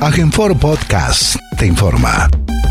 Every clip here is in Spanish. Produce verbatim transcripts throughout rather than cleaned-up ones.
Agenfor Podcast te informa.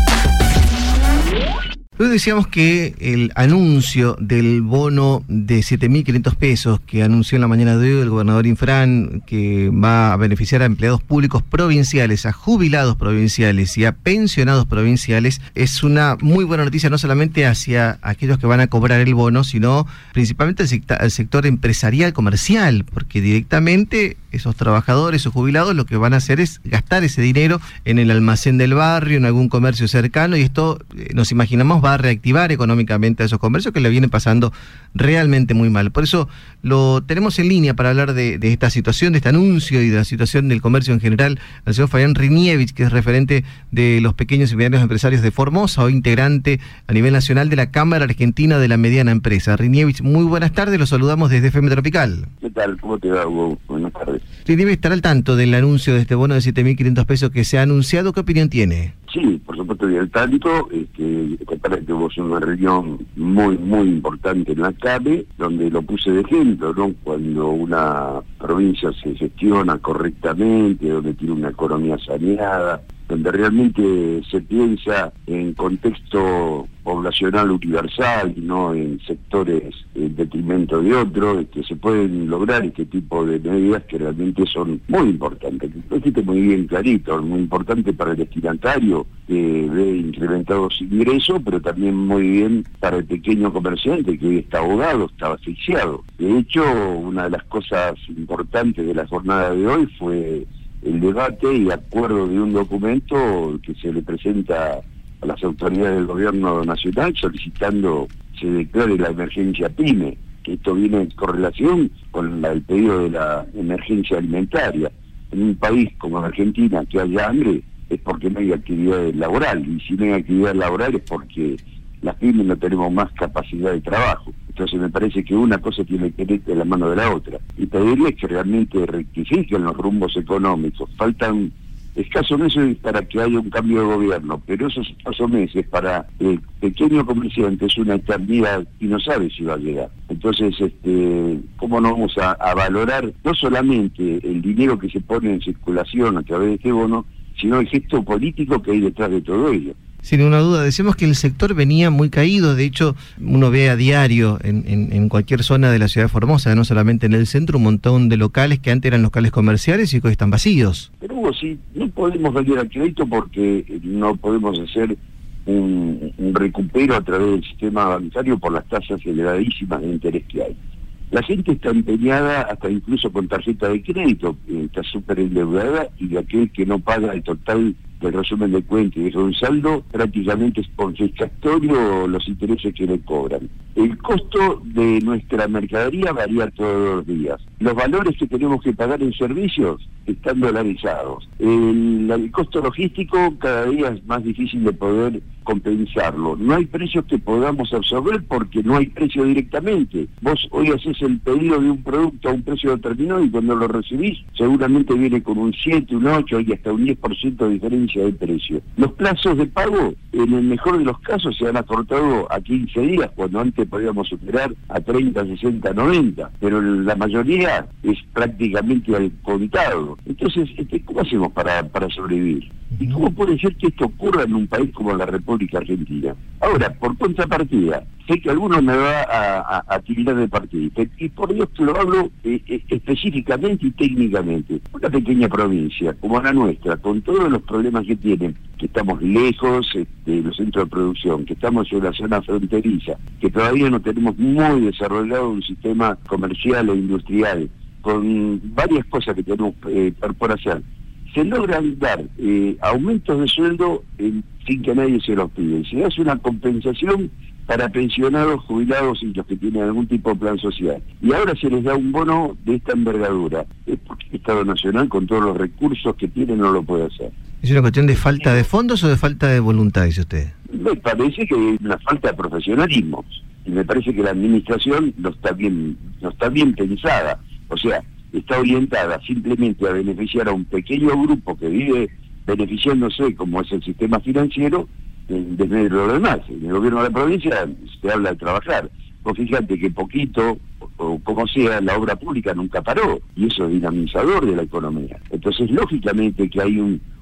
Hoy decíamos que el anuncio del bono de siete mil quinientos pesos que anunció en la mañana de hoy el gobernador Infran, que va a beneficiar a empleados públicos provinciales, a jubilados provinciales y a pensionados provinciales, es una muy buena noticia, no solamente hacia aquellos que van a cobrar el bono, sino principalmente al sector, al sector empresarial, comercial, porque directamente esos trabajadores o jubilados lo que van a hacer es gastar ese dinero en el almacén del barrio, en algún comercio cercano, y esto eh, nos imaginamos va a reactivar económicamente a esos comercios que le vienen pasando realmente muy mal. Por eso lo tenemos en línea para hablar de, de esta situación, de este anuncio y de la situación del comercio en general, al señor Fabián Rinievich, que es referente de los pequeños y medianos empresarios de Formosa, o integrante a nivel nacional de la Cámara Argentina de la Mediana Empresa. Rinievich, muy buenas tardes, los saludamos desde F M Tropical. ¿Qué tal? ¿Cómo te va, Hugo? Buenas tardes. Rinievich, estará al tanto del anuncio de este bono de siete mil quinientos pesos que se ha anunciado. ¿Qué opinión tiene? Sí, por supuesto estoy al tanto. Este, que hubo una reunión muy, muy importante en la C A B E, donde lo puse de ejemplo, ¿no? Cuando una provincia se gestiona correctamente, donde tiene una economía saneada, donde realmente se piensa en contexto poblacional universal y no en sectores en detrimento de otros, que se pueden lograr este tipo de medidas que realmente son muy importantes. Lo dijiste muy bien clarito, muy importante para el destinatario, que ve incrementados ingresos, pero también muy bien para el pequeño comerciante que hoy está ahogado, está asfixiado. De hecho, una de las cosas importantes de la jornada de hoy fue el debate y acuerdo de un documento que se le presenta a las autoridades del gobierno nacional solicitando se declare la emergencia PYME, que esto viene en correlación con la, el pedido de la emergencia alimentaria. En un país como Argentina que haya hambre es porque no hay actividad laboral, y si no hay actividad laboral es porque las pymes no tenemos más capacidad de trabajo. Entonces me parece que una cosa tiene que ir de la mano de la otra. Y pedirles que realmente rectifiquen los rumbos económicos. Faltan escasos meses para que haya un cambio de gobierno, pero esos escasos meses para el pequeño comerciante es una eternidad y no sabe si va a llegar. Entonces, este, ¿cómo no vamos a, a valorar no solamente el dinero que se pone en circulación a través de este bono, sino el gesto político que hay detrás de todo ello? Sin ninguna duda, decimos que el sector venía muy caído. De hecho, uno ve a diario en, en, en cualquier zona de la ciudad de Formosa, no solamente en el centro, un montón de locales que antes eran locales comerciales y que hoy están vacíos. Pero Hugo, sí, no podemos vender al crédito porque no podemos hacer un, un recupero a través del sistema bancario por las tasas elevadísimas de interés que hay. La gente está empeñada hasta incluso con tarjeta de crédito, eh, está súper endeudada, y de aquel que no paga el total del resumen de cuenta y deja un saldo, prácticamente es confiscatorio los intereses que le cobran. El costo de nuestra mercadería varía todos los días. Los valores que tenemos que pagar en servicios están dolarizados. El, el costo logístico cada día es más difícil de poder compensarlo. No hay precios que podamos absorber porque no hay precio directamente. Vos hoy haces el pedido de un producto a un precio determinado y cuando lo recibís seguramente viene con un siete, un ocho y hasta un diez por ciento de diferencia de precio. Los plazos de pago, en el mejor de los casos, se han acortado a quince días, cuando antes podíamos superar a treinta, sesenta, noventa, pero la mayoría es prácticamente al contado. Entonces, este, ¿cómo hacemos para, para sobrevivir? ¿Y cómo puede ser que esto ocurra en un país como la República Argentina? Ahora, por contrapartida, sé que algunos me va a, a, a tirar de partidista, y por Dios que lo hablo eh, eh, específicamente y técnicamente. Una pequeña provincia como la nuestra, con todos los problemas que tienen, que estamos lejos eh, de los centros de producción, que estamos en una zona fronteriza, que todavía no tenemos muy desarrollado un sistema comercial e industrial, con varias cosas que tenemos eh, por hacer, se logran dar eh, aumentos de sueldo eh, sin que nadie se los pida. Se hace una compensación para pensionados, jubilados y los que tienen algún tipo de plan social. Y ahora se les da un bono de esta envergadura. Es porque el Estado Nacional, con todos los recursos que tiene, no lo puede hacer. ¿Es una cuestión de falta de fondos o de falta de voluntad, dice usted? Me parece que hay una falta de profesionalismo. Y me parece que la administración no está bien, no está bien pensada. O sea, está orientada simplemente a beneficiar a un pequeño grupo que vive beneficiándose, como es el sistema financiero, desde lo demás. En el gobierno de la provincia se habla de trabajar. Vos fíjate que poquito, o como sea, la obra pública nunca paró, y eso es dinamizador de la economía. Entonces, lógicamente que hay un,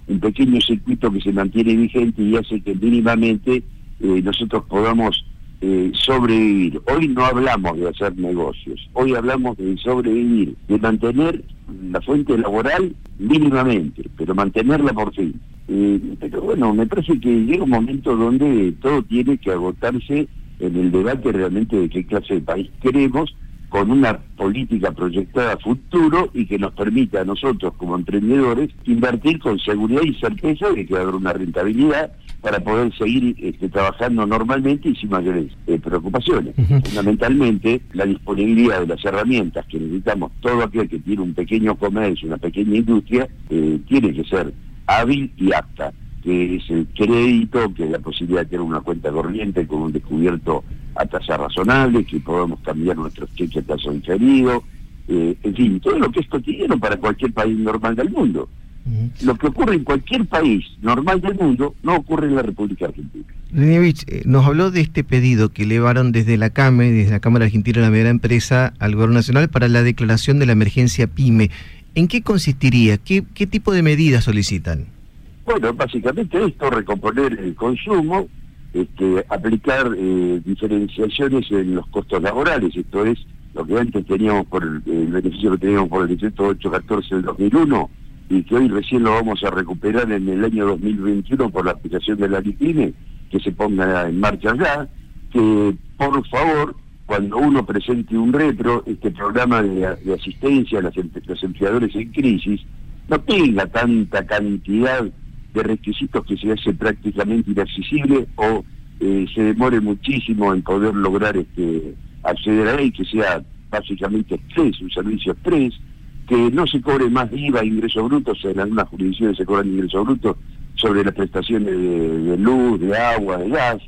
un pequeño circuito que se mantiene vigente y hace que mínimamente eh, nosotros podamos eh, sobrevivir. Hoy no hablamos de hacer negocios, hoy hablamos de sobrevivir, de mantener la fuente laboral mínimamente, pero mantenerla por fin. Eh, pero bueno, me parece que llega un momento donde todo tiene que agotarse en el debate realmente de qué clase de país queremos, con una política proyectada a futuro y que nos permita a nosotros como emprendedores invertir con seguridad y certeza de que va a haber una rentabilidad para poder seguir este, trabajando normalmente y sin mayores eh, preocupaciones. Uh-huh. Fundamentalmente, la disponibilidad de las herramientas que necesitamos, todo aquel que tiene un pequeño comercio, una pequeña industria, eh, tiene que ser hábil y apta, que es el crédito, que es la posibilidad de tener una cuenta corriente con un descubierto a tasa razonable, que podamos cambiar nuestros cheques a plazo diferido, eh, en fin, todo lo que es cotidiano para cualquier país normal del mundo. Uh-huh. Lo que ocurre en cualquier país normal del mundo no ocurre en la República Argentina. Renievich, eh, nos habló de este pedido que elevaron desde la CAME, desde la Cámara Argentina de la Mediana Empresa, al Gobierno Nacional para la declaración de la emergencia PYME. ¿En qué consistiría? ¿Qué, qué tipo de medidas solicitan? Bueno, básicamente esto, recomponer el consumo, este, aplicar eh, diferenciaciones en los costos laborales, esto es lo que antes teníamos por el, el beneficio que teníamos por el decreto ocho catorce del dos mil uno y que hoy recién lo vamos a recuperar en el año dos mil veintiuno por la aplicación de la LIPYME, que se ponga en marcha ya, que por favor, cuando uno presente un retro, este programa de, de asistencia a las, los empleadores en crisis, no tenga tanta cantidad de requisitos que se hace prácticamente inaccesible o eh, se demore muchísimo en poder lograr este acceder a él, que sea básicamente express, un servicio express, que no se cobre más I V A, ingresos brutos, en algunas jurisdicciones se cobran ingresos brutos sobre las prestaciones de, de luz, de agua, de gas,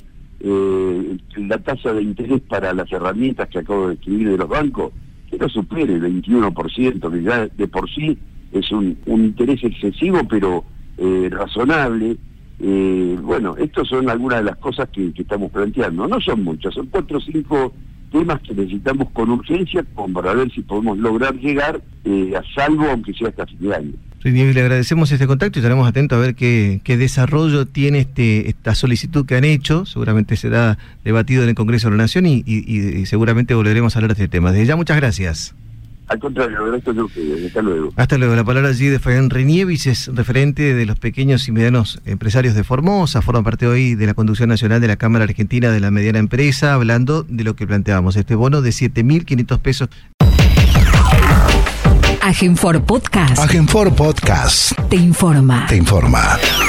eh, la tasa de interés para las herramientas que acabo de escribir de los bancos, que no supere el veintiuno por ciento, que ya de por sí es un, un interés excesivo, pero Eh, razonable. Eh, bueno, estas son algunas de las cosas que, que estamos planteando. No son muchas, son cuatro o cinco temas que necesitamos con urgencia como para ver si podemos lograr llegar eh, a salvo, aunque sea hasta fin de año. Renievich, le agradecemos este contacto y estaremos atentos a ver qué, qué desarrollo tiene este esta solicitud que han hecho. Seguramente será debatido en el Congreso de la Nación y, y, y seguramente volveremos a hablar de este tema. Desde ya, muchas gracias. Al contrario, esto es de ustedes. Hasta luego. Hasta luego. La palabra allí de Fabián Renievich, es referente de los pequeños y medianos empresarios de Formosa, forma parte hoy de la conducción nacional de la Cámara Argentina de la Mediana Empresa, hablando de lo que planteábamos, este bono de siete mil quinientos pesos. Agenfor Podcast. Agenfor Podcast. Te informa. Te informa.